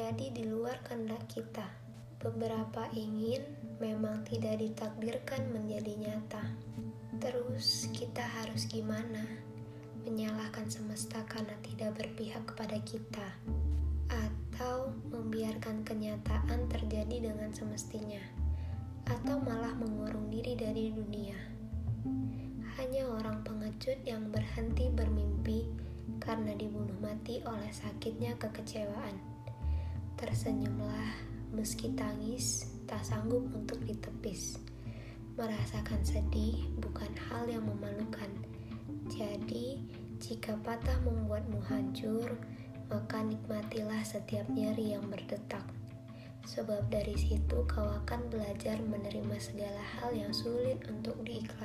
terjadi di luar kehendak kita. Beberapa ingin memang tidak ditakdirkan menjadi nyata. Terus kita harus gimana? Menyalahkan semesta karena tidak berpihak kepada kita, atau membiarkan kenyataan terjadi dengan semestinya, atau malah mengurung diri dari dunia. Hanya orang pengecut yang berhenti bermimpi karena dibunuh mati oleh sakitnya kekecewaan. Tersenyumlah meski tangis tak sanggup untuk ditepis. Merasakan sedih bukan hal yang memalukan. Jadi, jika patah membuatmu hancur, maka nikmatilah setiap nyeri yang berdetak. Sebab dari situ kau akan belajar menerima segala hal yang sulit untuk diikhlaskan.